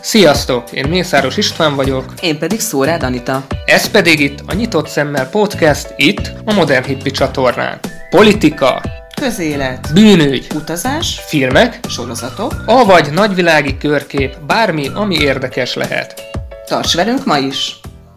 Sziasztok! Én Mészáros István vagyok. Én pedig Szórád Anita. Ez pedig itt a Nyitott Szemmel Podcast, itt a Modern Hippie csatornán. Politika, közélet, bűnügy, utazás, filmek, sorozatok, avagy nagyvilági körkép, bármi, ami érdekes lehet. Tarts velünk ma is!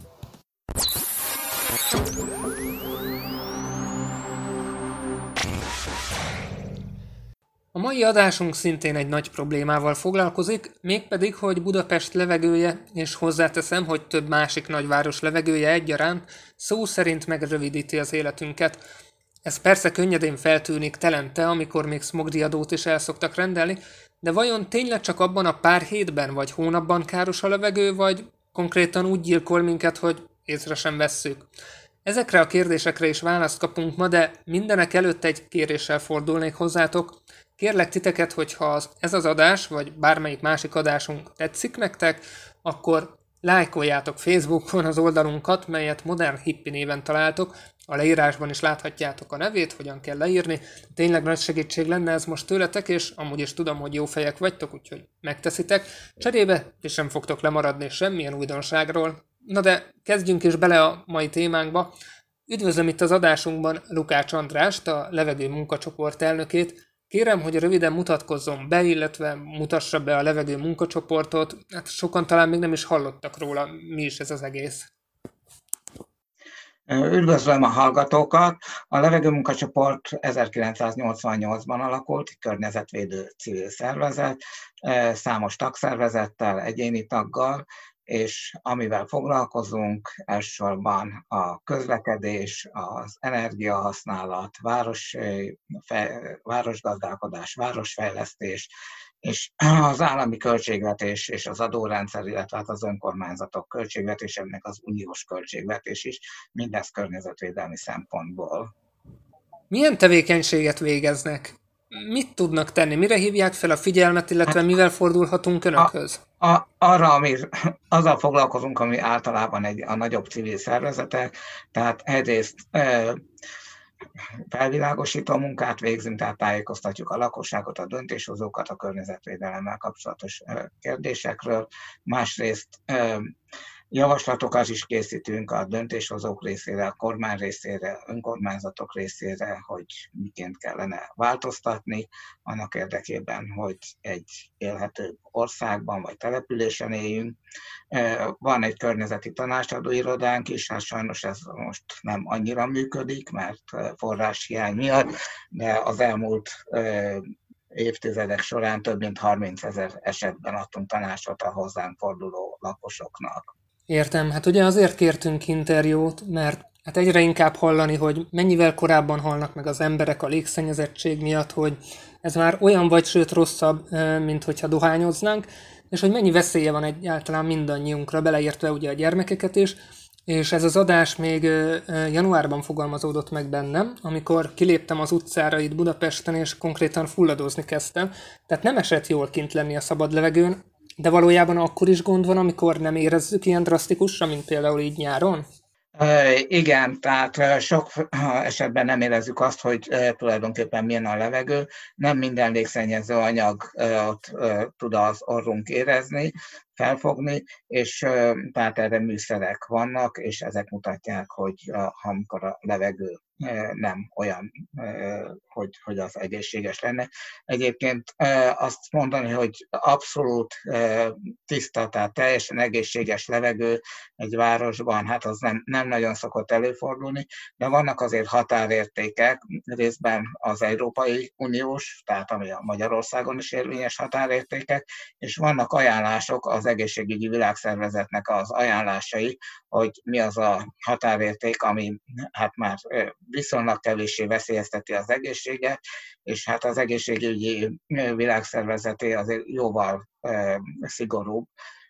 A mai adásunk szintén egy nagy problémával foglalkozik, mégpedig, hogy Budapest levegője, és hozzáteszem, hogy több másik nagyváros levegője egyaránt, szó szerint megrövidíti az életünket. Ez persze könnyedén feltűnik telente, amikor még smogdíjadót is el szoktak rendelni, de vajon tényleg csak abban a pár hétben vagy hónapban káros a levegő, vagy konkrétan úgy gyilkol minket, hogy észre sem vesszük? Ezekre a kérdésekre is választ kapunk ma, de mindenek előtt egy kéréssel fordulnék hozzátok. Kérlek titeket, hogyha ez az adás, vagy bármelyik másik adásunk tetszik nektek, akkor lájkoljátok Facebookon az oldalunkat, melyet Modern Hippie néven találtok. A leírásban is láthatjátok a nevét, hogyan kell leírni. Tényleg nagy segítség lenne ez most tőletek, és amúgy is tudom, hogy jó fejek vagytok, úgyhogy megteszitek. Cserébe ti sem fogtok lemaradni semmilyen újdonságról. Na de kezdjünk is bele a mai témánkba. Üdvözlöm itt az adásunkban Lukács Andrást, a Levegő munkacsoport elnökét. Kérem, hogy röviden mutatkozzon be, illetve mutassa be a Levegő munkacsoportot. Hát sokan talán még nem is hallottak róla, mi is ez az egész. Üdvözlöm a hallgatókat! A Levegő munkacsoport 1988-ban alakult, környezetvédő civil szervezet, számos tagszervezettel, egyéni taggal, és amivel foglalkozunk, elsősorban a közlekedés, az energiahasználat, városgazdálkodás, városfejlesztés, és az állami költségvetés és az adórendszer, illetve hát az önkormányzatok költségvetésének az uniós költségvetés is, mindez környezetvédelmi szempontból. Milyen tevékenységet végeznek? Mit tudnak tenni? Mire hívják fel a figyelmet, illetve mivel fordulhatunk önökhöz? Azzal foglalkozunk, ami általában a nagyobb civil szervezetek, tehát egyrészt felvilágosító munkát végzünk, tehát tájékoztatjuk a lakosságot, a döntéshozókat a környezetvédelemmel kapcsolatos kérdésekről. Másrészt javaslatokat is készítünk a döntéshozók részére, a kormány részére, önkormányzatok részére, hogy miként kellene változtatni, annak érdekében, hogy egy élhető országban vagy településen éljünk. Van egy környezeti tanácsadó irodánk is, hát sajnos ez most nem annyira működik, mert forráshiány miatt, de az elmúlt évtizedek során több mint 30 000 esetben adtunk tanácsot a hozzánk forduló lakosoknak. Értem, hát ugye azért kértünk interjút, mert hát egyre inkább hallani, hogy mennyivel korábban halnak meg az emberek a légszennyezettség miatt, hogy ez már olyan vagy sőt rosszabb, mint hogyha dohányoznánk, és hogy mennyi veszélye van egyáltalán mindannyiunkra, beleértve ugye a gyermekeket is, és ez az adás még januárban fogalmazódott meg bennem, amikor kiléptem az utcára itt Budapesten, és konkrétan fulladozni kezdtem, tehát nem esett jól kint lenni a szabad levegőn, de valójában akkor is gond van, amikor nem érezzük ilyen drasztikusan, mint például így nyáron? Igen, tehát sok esetben nem érezzük azt, hogy tulajdonképpen milyen a levegő. Nem minden légszennyező anyagot tud az orrunk érezni, felfogni, és tehát erre műszerek vannak, és ezek mutatják, hogy amikor a levegő nem olyan, hogy az egészséges lenne. Egyébként azt mondani, hogy abszolút tiszta, tehát teljesen egészséges levegő egy városban, hát az nem nagyon szokott előfordulni, de vannak azért határértékek, részben az Európai Uniós, tehát ami a Magyarországon is érvényes határértékek, és vannak ajánlások, az Egészségügyi Világszervezetnek az ajánlásai, hogy mi az a határérték, ami hát már viszonylag kevéssé veszélyezteti az egészséget, és hát az Egészségügyi Világszervezeté azért jóval szigorúbb,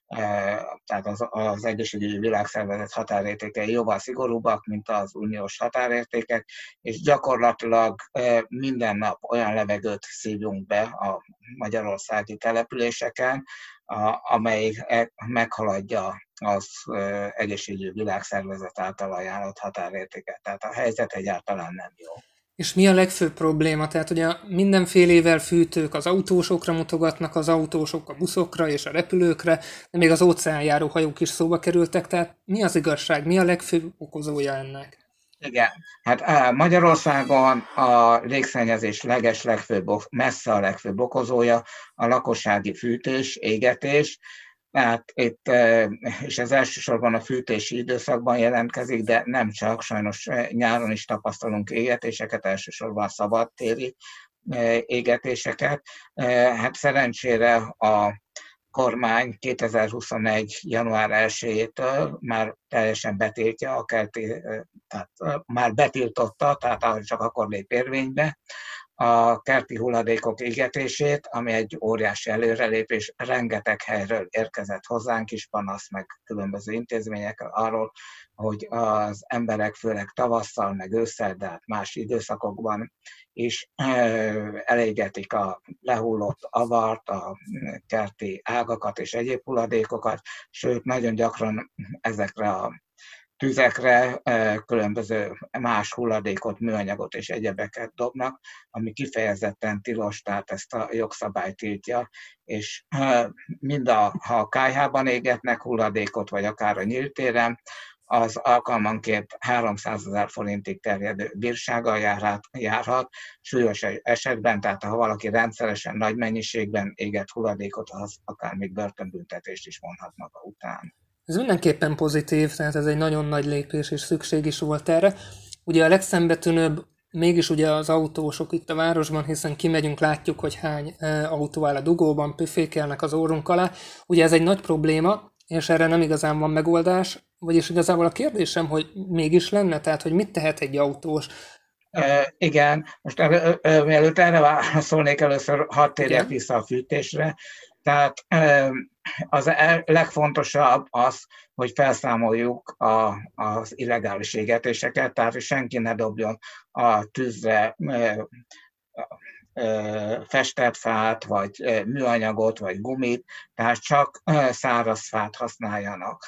tehát az Egészségügyi Világszervezet határértékei jóval szigorúbbak, mint az uniós határértékek, és gyakorlatilag minden nap olyan levegőt szívjunk be a magyarországi településeken, amely meghaladja az Egészségügyi Világszervezet által ajánlott határértéket. Tehát a helyzet egyáltalán nem jó. És mi a legfőbb probléma? Tehát ugye mindenfélevel fűtők az autósokra mutogatnak, az autósok a buszokra és a repülőkre, de még az óceánjáró hajók is szóba kerültek, tehát mi az igazság? Mi a legfőbb okozója ennek? Igen, hát Magyarországon a légszennyezés legfőbb, messze a legfőbb okozója a lakossági fűtés, égetés. Tehát itt, és ez elsősorban a fűtési időszakban jelentkezik, de nem csak, sajnos nyáron is tapasztalunk égetéseket, elsősorban szabadtéri égetéseket. Hát szerencsére a kormány 2021. január 1-től már teljesen betiltja a kerti, tehát már betiltotta, tehát csak akkor lép érvénybe a kerti hulladékok égetését, ami egy óriási előrelépés. Rengeteg helyről érkezett hozzánk is panasz, meg különböző intézményekről arról, hogy az emberek főleg tavasszal, meg ősszel, de hát más időszakokban is elégetik a lehullott avart, a kerti ágakat és egyéb hulladékokat, sőt, nagyon gyakran ezekre a tüzekre különböző más hulladékot, műanyagot és egyebeket dobnak, ami kifejezetten tilos, tehát ezt a jogszabály tiltja, és ha a kályhában égetnek hulladékot, vagy akár a nyílt téren, az alkalmanként 300 000 forintig terjedő bírsággal járhat, súlyos esetben, tehát ha valaki rendszeresen nagy mennyiségben éget hulladékot, az akár még börtönbüntetést is vonhat maga után. Ez mindenképpen pozitív, tehát ez egy nagyon nagy lépés, és szükség is volt erre. Ugye a legszembetűnőbb mégis ugye az autósok itt a városban, hiszen kimegyünk, látjuk, hogy hány autó áll a dugóban, püfékelnek az orrunk alá. Ugye ez egy nagy probléma, és erre nem igazán van megoldás, vagyis igazából a kérdésem, hogy mégis lenne, tehát hogy mit tehet egy autós? Igen, most mielőtt erre válaszolnék, először hadd térjek vissza a fűtésre. Tehát az legfontosabb az, hogy felszámoljuk az illegális égetéseket, tehát hogy senki ne dobjon a tűzre festett fát, vagy műanyagot, vagy gumit, tehát csak száraz fát használjanak.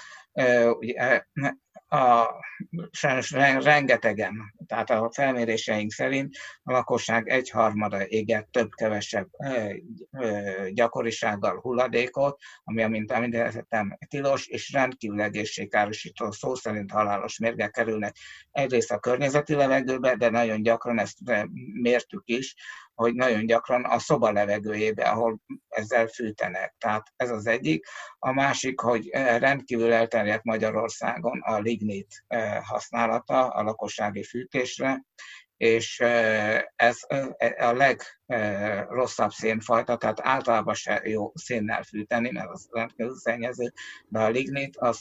Sajnos rengetegen, tehát a felméréseink szerint a lakosság 1/3 éget több-kevesebb gyakorisággal hulladékot, ami, amint említettem, tilos, és rendkívül egészségkárosító, szó szerint halálos mérgek kerülnek egyrészt a környezeti levegőbe, de nagyon gyakran ezt mértük is, hogy nagyon gyakran a szoba levegőjébe, ahol ezzel fűtenek. Tehát ez az egyik. A másik, hogy rendkívül elterjedt Magyarországon a lignit használata a lakossági fűtésre, és ez a legrosszabb szénfajta, tehát általában se jó szénnel fűteni, mert az rendkívül szennyező, de a lignit az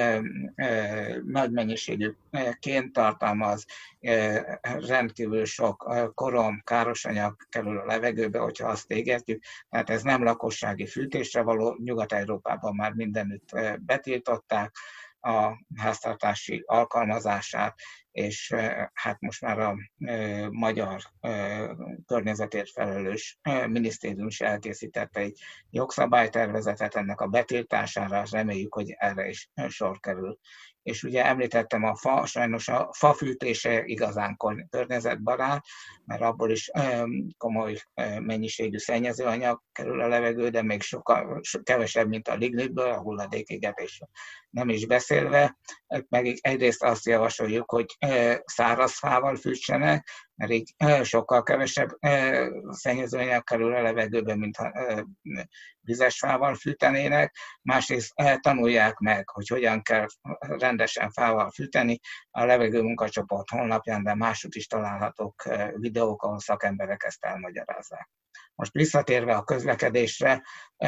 nagy mennyiségű ként tartalmaz, rendkívül sok korom, károsanyag kerül a levegőbe, hogyha azt égetjük, tehát ez nem lakossági fűtésre való, Nyugat-Európában már mindenütt betiltották a háztartási alkalmazását, és hát most már a magyar környezetért felelős minisztérium is elkészítette egy jogszabálytervezetet ennek a betiltására, reméljük, hogy erre is sor kerül. És ugye említettem a fa, sajnos a fa fűtése igazán környezetbarát, mert abból is komoly mennyiségű szennyezőanyag kerül a levegő, de még sokkal kevesebb, mint a lignitből, a hulladékégetésről nem is beszélve. Meg egyrészt azt javasoljuk, hogy száraz fával fűtsenek, mert így sokkal kevesebb szennyezőanyag kerül a levegőbe, mint ha vizes fával fűtenének. Másrészt tanulják meg, hogy hogyan kell rendesen fával fűteni. A Levegő Munkacsoport honlapján, de máshogy is találhatók videók, ahol szakemberek ezt elmagyarázzák. Most visszatérve a közlekedésre,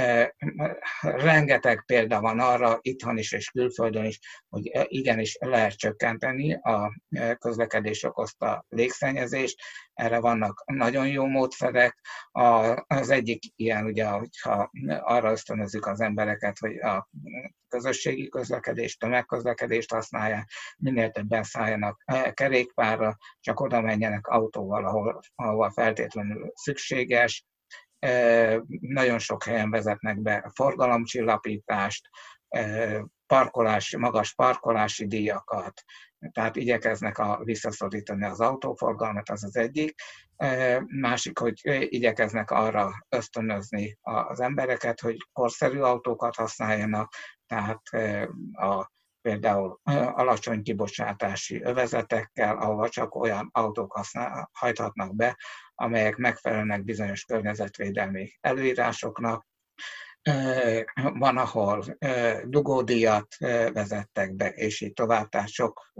rengeteg példa van arra, itthon is és külföldön is, hogy igenis lehet csökkenteni a közlekedés okozta légszennyezést. Erre vannak nagyon jó módszerek. Az egyik ilyen, ugye, hogyha arra ösztönözzük az embereket, hogy a közösségi közlekedést, tömegközlekedést használják, minél többen szálljanak kerékpárra, csak oda menjenek autóval, ahol feltétlenül szükséges. Nagyon sok helyen vezetnek be forgalomcsillapítást, magas parkolási díjakat, tehát igyekeznek visszaszorítani az autóforgalmat, az az egyik. Másik, hogy igyekeznek arra ösztönözni az embereket, hogy korszerű autókat használjanak, tehát például alacsony kibocsátású övezetekkel, ahol csak olyan autók hajthatnak be, amelyek megfelelnek bizonyos környezetvédelmi előírásoknak. Van, ahol dugódíjat vezettek be, és így tovább, tehát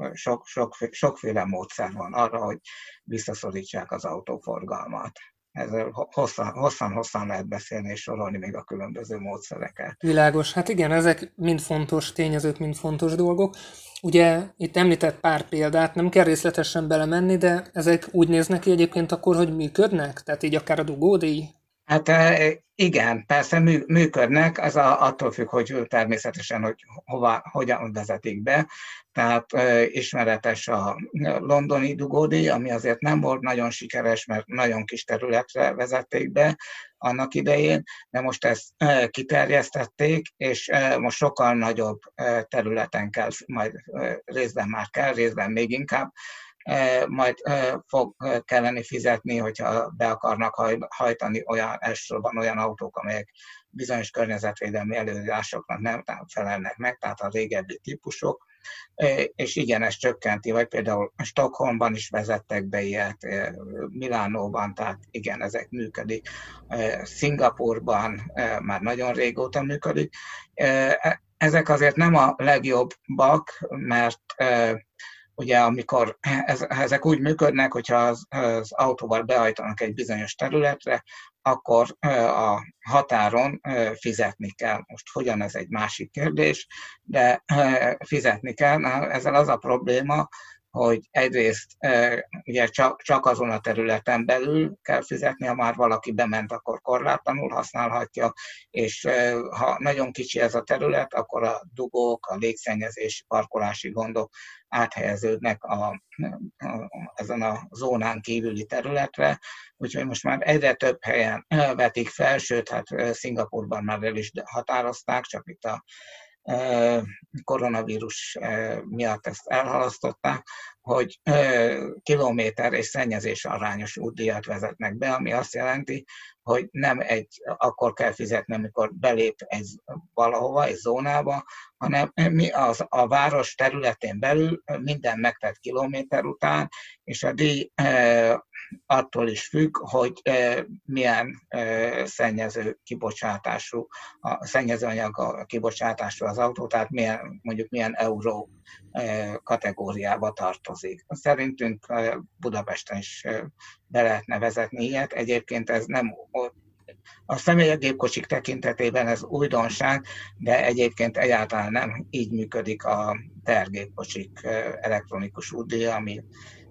sokféle módszer van arra, hogy visszaszorítsák az autóforgalmat. Ezzel hosszan lehet beszélni és sorolni még a különböző módszereket. Világos, hát igen, ezek mind fontos tényezők, mind fontos dolgok. Ugye itt említett pár példát, nem kell részletesen belemenni, de ezek úgy néznek ki egyébként akkor, hogy működnek? Tehát így akár a dugódíj? Hát igen, persze működnek, ez attól függ, hogy természetesen, hogy hogyan vezetik be. Tehát ismeretes a londoni dugódíj, ami azért nem volt nagyon sikeres, mert nagyon kis területre vezették be annak idején, de most ezt kiterjesztették, és most sokkal nagyobb területen kell, majd részben még inkább, majd fog kelleni fizetni, hogyha be akarnak hajtani elsősorban olyan autók, amelyek bizonyos környezetvédelmi előírásoknak nem felelnek meg, tehát a régebbi típusok, és igen, ez csökkenti, vagy például Stockholmban is vezettek be ilyet, Milánóban, tehát igen, ezek működik, Szingapurban már nagyon régóta működik. Ezek azért nem a legjobbak, mert ugye amikor ezek úgy működnek, hogyha az autóval behajtanak egy bizonyos területre, akkor a határon fizetni kell. Most hogyan, ez egy másik kérdés, de fizetni kell. Ezzel az a probléma, hogy egyrészt ugye csak azon a területen belül kell fizetni, ha már valaki bement, akkor korlátlanul használhatja, és ha nagyon kicsi ez a terület, akkor a dugók, a légszennyezés, parkolási gondok áthelyeződnek ezen a zónán kívüli területre, úgyhogy most már egyre több helyen vetik fel, sőt, hát Szingapurban már el is határozták, csak itt a koronavírus miatt ezt elhalasztották, hogy kilométer és szennyezés arányos útdíjat vezetnek be, ami azt jelenti, hogy nem akkor kell fizetni, amikor belép valahova, egy zónába, hanem a város területén belül minden megtett kilométer után, és a díj attól is függ, hogy milyen szennyező kibocsátású, a szennyezőanyag kibocsátású az autó, tehát milyen euró kategóriába tartozik. Szerintünk Budapesten is be lehetne vezetni ilyet. Egyébként ez nem a személygépkocsik tekintetében ez újdonság, de egyébként egyáltalán nem így működik a tehergépkocsik elektronikus útdíja, ami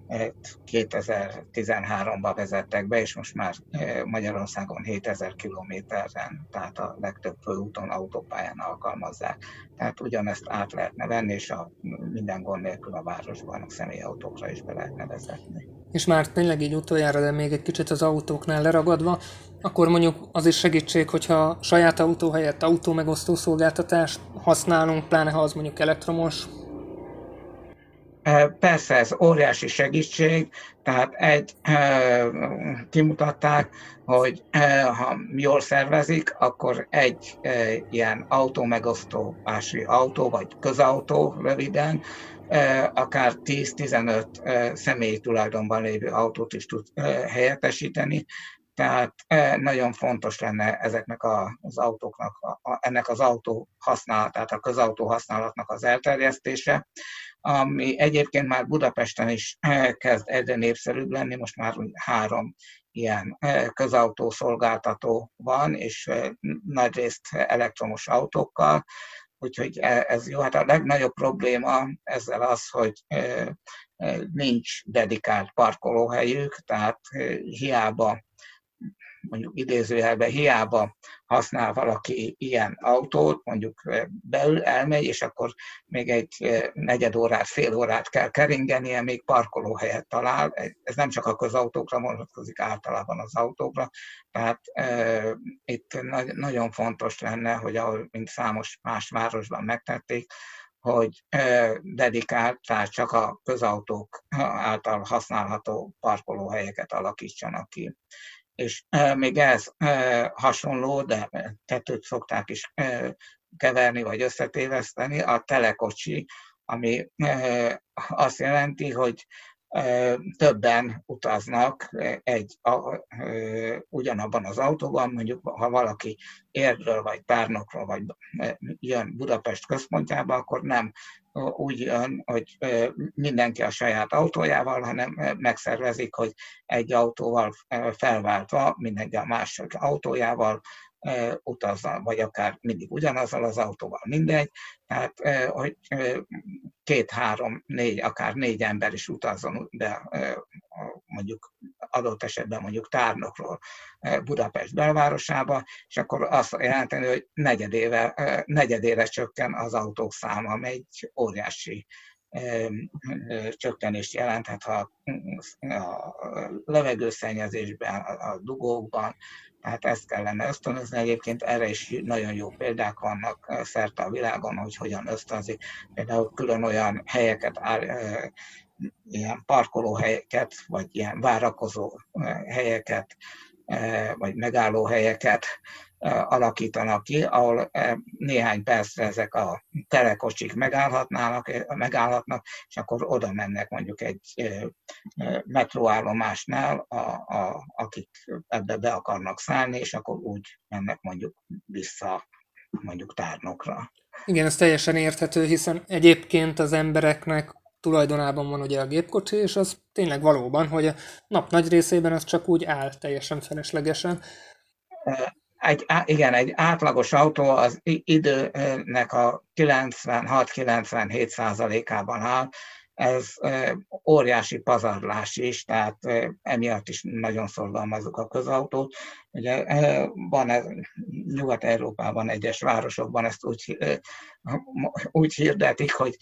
2013-ban vezettek be, és most már Magyarországon 7000 kilométeren, tehát a legtöbb főúton, autópályán alkalmazzák. Tehát ugyanezt át lehetne venni, és minden gond nélkül a városban a személyautókra is be lehetne vezetni. És már tényleg így utoljára, de még egy kicsit az autóknál leragadva, akkor mondjuk az is segítség, hogyha saját autó helyett autómegosztó szolgáltatást használunk, pláne ha az mondjuk elektromos. Persze ez óriási segítség, tehát kimutatták, hogy ha jól szervezik, akkor egy ilyen autómegosztóási autó, vagy közautó röviden, akár 10-15 személyi tulajdonban lévő autót is tud helyettesíteni, tehát nagyon fontos lenne ezeknek az autóknak, ennek az autó használatát, a közautó használatnak az elterjesztése, ami egyébként már Budapesten is kezd egyre népszerűbb lenni, most már 3 ilyen közautó szolgáltató van, és nagyrészt elektromos autókkal, úgyhogy ez jó. Hát a legnagyobb probléma ezzel az, hogy nincs dedikált parkolóhelyük, tehát hiába mondjuk idézőjelben hiába használ valaki ilyen autót, mondjuk beül, elmegy, és akkor még egy negyed órát, fél órát kell keringenie, még parkolóhelyet talál. Ez nem csak a közautókra vonatkozik, általában az autókra. Tehát itt nagyon fontos lenne, hogy ahol, mint számos más városban megtették, hogy dedikált, tehát csak a közautók által használható parkolóhelyeket alakítsanak ki. És még ez hasonló, de kettőt szokták is keverni vagy összetéveszteni, a telekocsi, ami azt jelenti, hogy többen utaznak ugyanabban az autóban, mondjuk ha valaki Érdről vagy Tárnokról vagy jön Budapest központjába, akkor nem úgy jön, hogy mindenki a saját autójával, hanem megszervezik, hogy egy autóval felváltva mindenki a másik autójával utazza, vagy akár mindig ugyanazzal az autóval, mindegy. Tehát, hogy 2, 3, 4, akár 4 ember is utazzon be, mondjuk adott esetben mondjuk Tárnokról Budapest belvárosába, és akkor azt jelenteni, hogy negyedére csökken az autók száma, ami egy óriási csökkenést jelenthet a levegőszennyezésben, a dugókban, tehát ezt kellene ösztönözni. Egyébként erre is nagyon jó példák vannak szerte a világon, hogy hogyan ösztönzik. Például külön olyan helyeket, ilyen parkolóhelyeket, vagy ilyen várakozó helyeket, vagy megállóhelyeket alakítanak ki, ahol néhány percre ezek a telekocsik megállhatnak, és akkor oda mennek mondjuk egy metróállomásnál, akik ebbe be akarnak szállni, és akkor úgy mennek mondjuk vissza mondjuk Tárnokra. Igen, ez teljesen érthető, hiszen egyébként az embereknek tulajdonában van ugye a gépkocsi, és az tényleg valóban, hogy a nap nagy részében az csak úgy áll teljesen feleslegesen. Egy átlagos autó az időnek a 96-97%-ában áll. Ez óriási pazarlás is, tehát emiatt is nagyon szorgalmazzuk a közautót. Ugye van Nyugat-Európában, egyes városokban ezt úgy hirdetik, hogy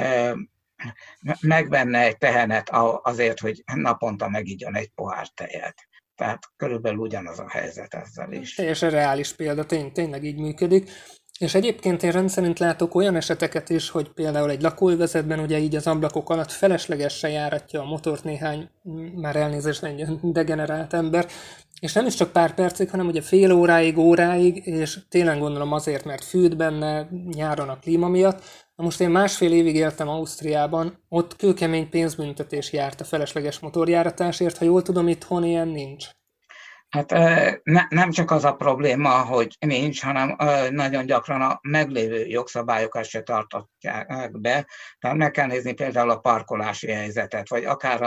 megvenne egy tehenet azért, hogy naponta megigyon egy pohár tejet. Tehát körülbelül ugyanaz a helyzet ezzel is. Teljesen reális példa, tényleg így működik. És egyébként én rendszerint látok olyan eseteket is, hogy például egy lakóövezetben ugye így az ablakok alatt feleslegesen járatja a motort néhány, már elnézést, egy degenerált ember, és nem is csak pár percig, hanem ugye fél óráig, és tényleg gondolom azért, mert fűt benne nyáron a klíma miatt. Na most én 1,5 évig éltem Ausztriában, ott kőkemény pénzbüntetés járt a felesleges motorjáratásért, ha jól tudom, itthon ilyen nincs. Hát nem csak az a probléma, hogy nincs, hanem nagyon gyakran a meglévő jogszabályokat se tartatják be. Tehát meg kell nézni például a parkolási helyzetet, vagy akár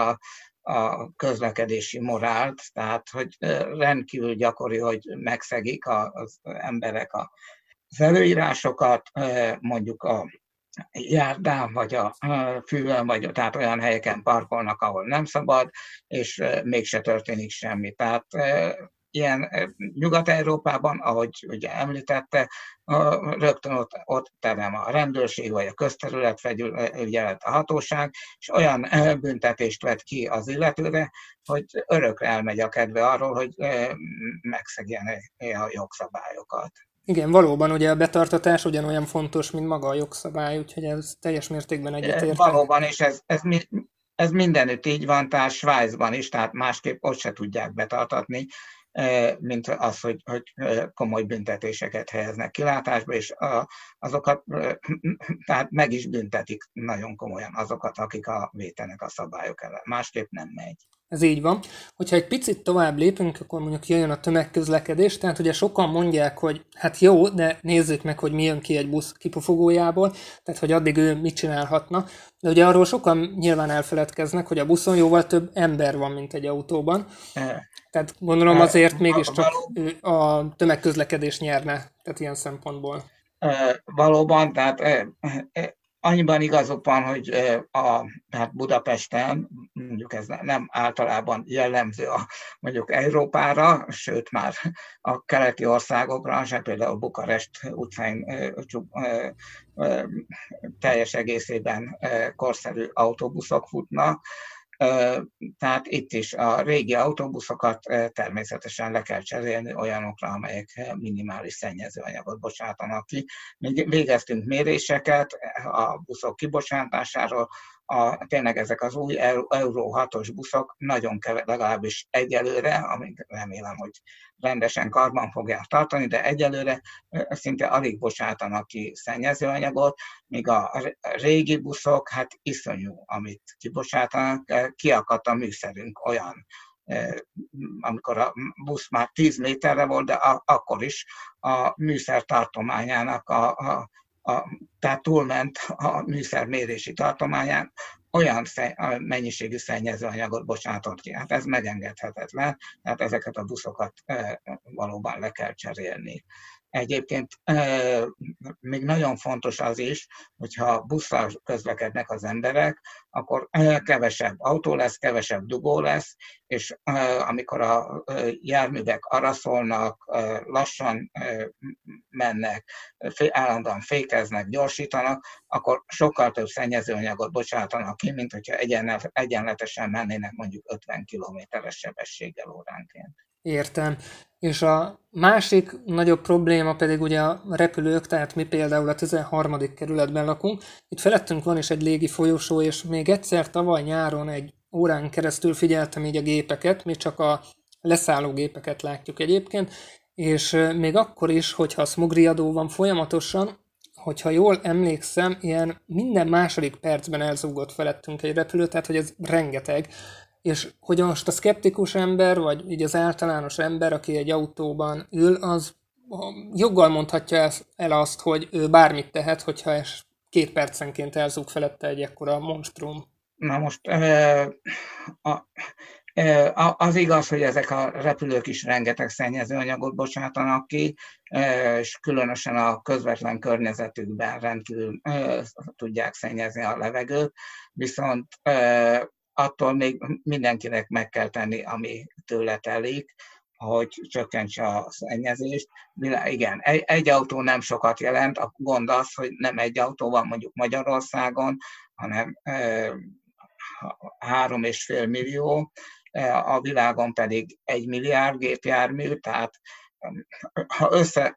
a közlekedési morált, tehát hogy rendkívül gyakori, hogy megszegik az emberek az előírásokat, mondjuk a járdán, vagy a fűvön, vagy tehát olyan helyeken parkolnak, ahol nem szabad, és mégse történik semmi. Tehát ilyen Nyugat-Európában, ahogy ugye említette, rögtön ott terem a rendőrség, vagy a közterületfelügyelet, a hatóság, és olyan büntetést vet ki az illetőre, hogy örökre elmegy a kedve arról, hogy megszegjen a jogszabályokat. Igen, valóban ugye a betartatás ugyanolyan fontos, mint maga a jogszabály, úgyhogy ez teljes mértékben egyetértek. Valóban, és ez mindenütt így van, tehát Svájcban is, tehát másképp ott se tudják betartatni, mint az, hogy komoly büntetéseket helyeznek kilátásba, és azokat, tehát meg is büntetik nagyon komolyan azokat, akik vétenek a szabályok ellen. Másképp nem megy. Ez így van. Hogyha egy picit tovább lépünk, akkor mondjuk jöjjön a tömegközlekedés, tehát ugye sokan mondják, hogy hát jó, de nézzük meg, hogy mi jön ki egy busz kipufogójából, tehát hogy addig ő mit csinálhatna. De ugye arról sokan nyilván elfeledkeznek, hogy a buszon jóval több ember van, mint egy autóban. Tehát gondolom azért mégiscsak a tömegközlekedés nyerne, tehát ilyen szempontból. Valóban, tehát Annyiban igazuk van, hogy hát Budapesten, mondjuk ez nem általában jellemző mondjuk Európára, sőt már a keleti országokra, se például Bukarest utcáin teljes egészében korszerű autóbuszok futnak, tehát itt is a régi autóbuszokat természetesen le kell cserélni olyanokra, amelyek minimális szennyezőanyagot bocsátanak ki. Végeztünk méréseket a buszok kibocsátásáról, tényleg ezek az új Euro 6-os buszok nagyon legalábbis egyelőre, amíg remélem, hogy rendesen karban fogják tartani, de egyelőre szinte alig bocsátanak ki szennyezőanyagot, míg a régi buszok, hát iszonyú, amit kibocsátanak, kiakadt a műszerünk olyan, amikor a busz már 10 méterre volt, de akkor is a műszer tartományának tehát túlment a műszer mérési tartományán, olyan mennyiségű szennyezőanyagot bocsátott ki. Hát ez megengedhetetlen, tehát ezeket a buszokat valóban le kell cserélni. Egyébként még nagyon fontos az is, hogyha busszal közlekednek az emberek, akkor kevesebb autó lesz, kevesebb dugó lesz, és amikor a járművek araszolnak, lassan mennek, állandóan fékeznek, gyorsítanak, akkor sokkal több szennyezőanyagot bocsátanak ki, mint hogyha egyenletesen mennének mondjuk 50 km-es sebességgel óránként. Értem. És a másik nagyobb probléma pedig ugye a repülők, tehát mi például a 13. kerületben lakunk. Itt felettünk van is egy légi folyosó, és még egyszer tavaly nyáron egy órán keresztül figyeltem így a gépeket, mi csak a leszálló gépeket látjuk egyébként, és még akkor is, hogyha a smogriadó van folyamatosan, hogyha jól emlékszem, ilyen minden második percben elzúgott felettünk egy repülő, tehát hogy ez rengeteg. És hogy most a szkeptikus ember, vagy így az általános ember, aki egy autóban ül, az joggal mondhatja el azt, hogy ő bármit tehet, hogyha 2 percenként elzúg felette egy ekkora monstrum. Na most az igaz, hogy ezek a repülők is rengeteg szennyezőanyagot bocsátanak ki, és különösen a közvetlen környezetükben rendkívül tudják szennyezni a levegőt, viszont attól még mindenkinek meg kell tenni, ami tőle telik, hogy csökkentse a szennyezést. Igen, egy autó nem sokat jelent, a gond az, hogy nem egy autó van mondjuk Magyarországon, hanem 3,5 millió, a világon pedig 1 milliárd gépjármű, tehát ha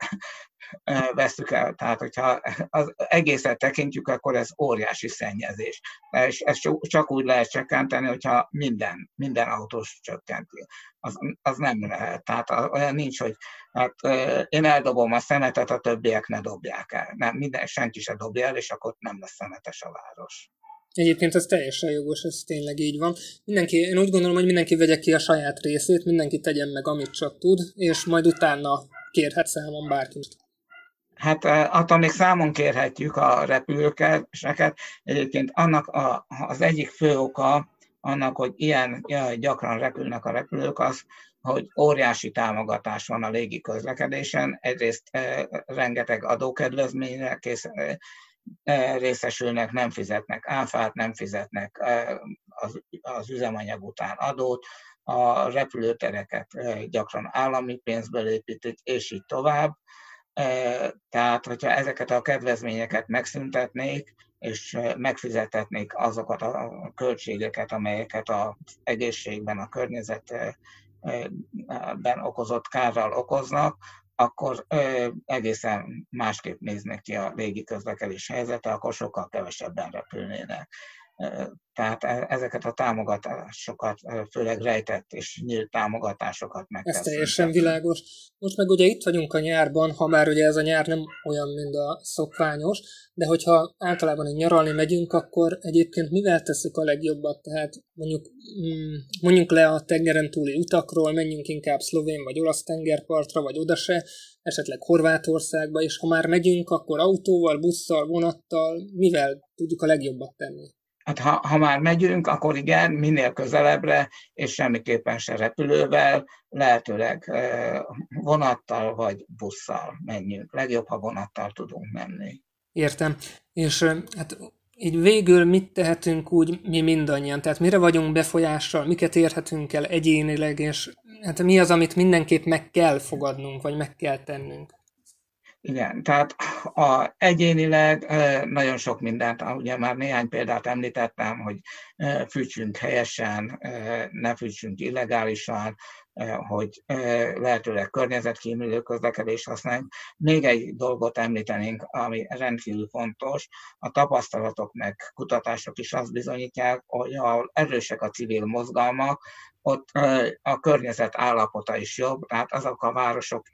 veszük el, tehát hogyha az egészet tekintjük, akkor ez óriási szennyezés. És ezt csak úgy lehet csökkenteni, hogyha minden autós csökkenti. Az nem lehet. Tehát olyan nincs, hogy hát én eldobom a szemetet, a többiek ne dobják el. Nem, senki se dobja el, és akkor nem lesz szemetes a város. Egyébként ez teljesen jogos, ez tényleg így van. Én úgy gondolom, hogy mindenki vegye ki a saját részét, mindenki tegyen meg, amit csak tud, és majd utána kérhet számon bárkit. Hát attól még számon kérhetjük a repülőket. Egyébként annak az egyik fő oka annak, hogy ilyen gyakran repülnek a repülők, az, hogy óriási támogatás van a légi közlekedésen. Egyrészt rengeteg adókedvezményre részesülnek, nem fizetnek áfát, nem fizetnek az üzemanyag után adót, a repülőtereket gyakran állami pénzből építik, és így tovább. Tehát, hogyha ezeket a kedvezményeket megszüntetnék, és megfizetetnék azokat a költségeket, amelyeket az egészségben, a környezetben okozott kárral okoznak, akkor egészen másképp néznek ki a légiközlekedés helyzete, akkor sokkal kevesebben repülnének. Tehát ezeket a támogatásokat, főleg rejtett és nyílt támogatásokat meg kell. Ez teljesen világos. Most meg ugye itt vagyunk a nyárban, ha már ugye ez a nyár nem olyan, mint a szokványos, de hogyha általában egy nyaralni megyünk, akkor egyébként mivel tesszük a legjobbat? Tehát mondjuk le a tengeren túli utakról, menjünk inkább szlovén vagy olasz tengerpartra, vagy oda se, esetleg Horvátországba, és ha már megyünk, akkor autóval, busszal, vonattal, mivel tudjuk a legjobbat tenni? Hát ha már megyünk, akkor igen, minél közelebbre, és semmiképpen se repülővel, lehetőleg vonattal vagy busszal menjünk. Legjobb, ha vonattal tudunk menni. Értem. És hát így végül mit tehetünk úgy mi mindannyian? Tehát mire vagyunk befolyással, miket érhetünk el egyénileg, és hát mi az, amit mindenképp meg kell fogadnunk, vagy meg kell tennünk? Igen, tehát egyénileg nagyon sok mindent, ugye már néhány példát említettem, hogy fűtsünk helyesen, ne fűtsünk illegálisan, hogy lehetőleg környezetkímélő közlekedést használjunk. Még egy dolgot említenénk, ami rendkívül fontos, a tapasztalatok meg kutatások is azt bizonyítják, hogy ahol erősek a civil mozgalmak, ott a környezet állapota is jobb, tehát azok a városok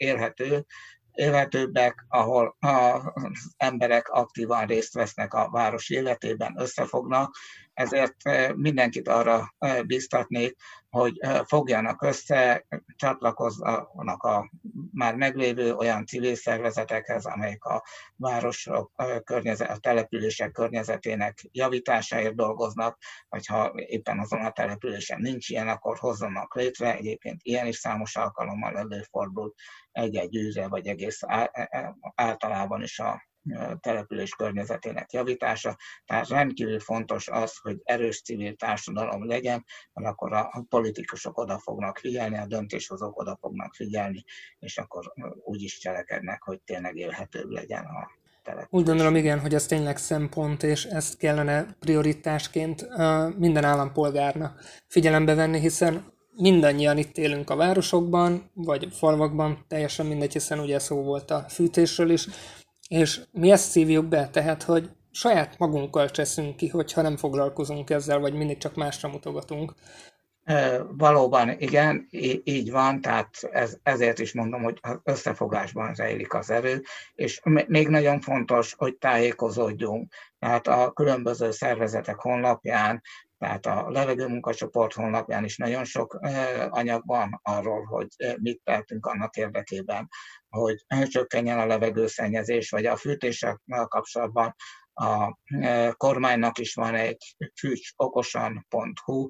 élhetőbbek, ahol az emberek aktívan részt vesznek a város életében, összefognak, ezért mindenkit arra biztatnék, hogy fogjanak össze, csatlakozzanak a már meglévő olyan civil szervezetekhez, amelyek a városok, a települések környezetének javításáért dolgoznak, vagy ha éppen azon a településen nincs ilyen, akkor hozzanak létre. Egyébként ilyen is számos alkalommal előfordult egy-egy űre, vagy egész általában is a település környezetének javítása. Tehát rendkívül fontos az, hogy erős civil társadalom legyen, mert akkor a politikusok oda fognak figyelni, a döntéshozók oda fognak figyelni, és akkor úgy is cselekednek, hogy tényleg élhetőbb legyen a település. Úgy gondolom, igen, hogy ez tényleg szempont, és ezt kellene prioritásként minden állampolgárnak figyelembe venni, hiszen mindannyian itt élünk a városokban, vagy falvakban, teljesen mindegy, hiszen ugye szó volt a fűtésről is, és mi ezt szívjuk be, tehát, hogy saját magunkkal cseszünk ki, hogyha nem foglalkozunk ezzel, vagy mindig csak másra mutogatunk. Valóban igen, így van, tehát ezért is mondom, hogy az összefogásban rejlik az erő, és még nagyon fontos, hogy tájékozódjunk, tehát a különböző szervezetek honlapján, tehát a levegőmunkacsoport honlapján is nagyon sok anyag van arról, hogy mit tehetünk annak érdekében, hogy csökkenjen a levegőszennyezés, vagy a fűtéssel kapcsolatban a kormánynak is van egy fűtsokosan.hu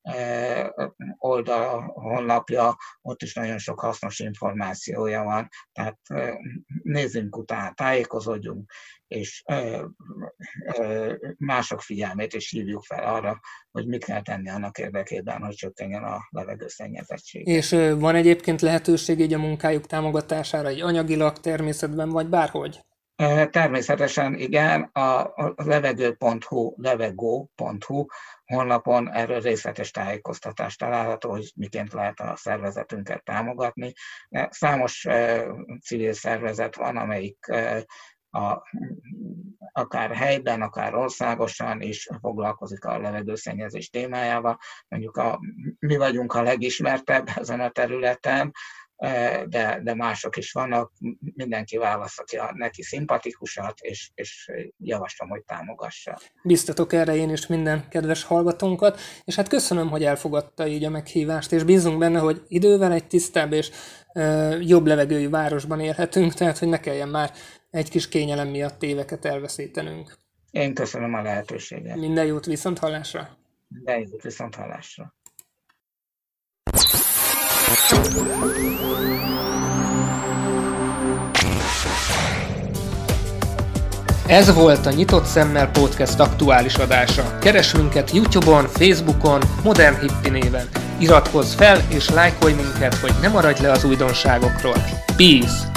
oldal, honlapja, ott is nagyon sok hasznos információja van, tehát nézzünk utána, tájékozódjunk, és mások figyelmét is hívjuk fel arra, hogy mit kell tenni annak érdekében, hogy csökkenjen a levegőszennyezettség. És van egyébként lehetőség így a munkájuk támogatására, egy anyagilag, természetben, vagy bárhogy? Természetesen igen, a levegő.hu honlapon erről részletes tájékoztatást található, hogy miként lehet a szervezetünket támogatni. Számos civil szervezet van, amelyik akár helyben, akár országosan is foglalkozik a levegőszennyezés témájával. Mondjuk mi vagyunk a legismertebb ezen a területen, de mások is vannak, mindenki választja neki szimpatikusat, és javaslom, hogy támogassa. Biztatok erre én is minden kedves hallgatónkat, és hát köszönöm, hogy elfogadta így a meghívást, és bízunk benne, hogy idővel egy tisztább és jobb levegőjű városban élhetünk, tehát hogy ne kelljen már egy kis kényelem miatt éveket elveszítenünk. Én köszönöm a lehetőséget. Minden jót, viszonthallásra! Minden jót, viszonthallásra! Ez volt a Nyitott Szemmel Podcast aktuális adása. Keresd minket YouTube-on, Facebookon, Modern Hippi néven. Iratkozz fel és lájkolj minket, hogy ne maradj le az újdonságokról. Peace!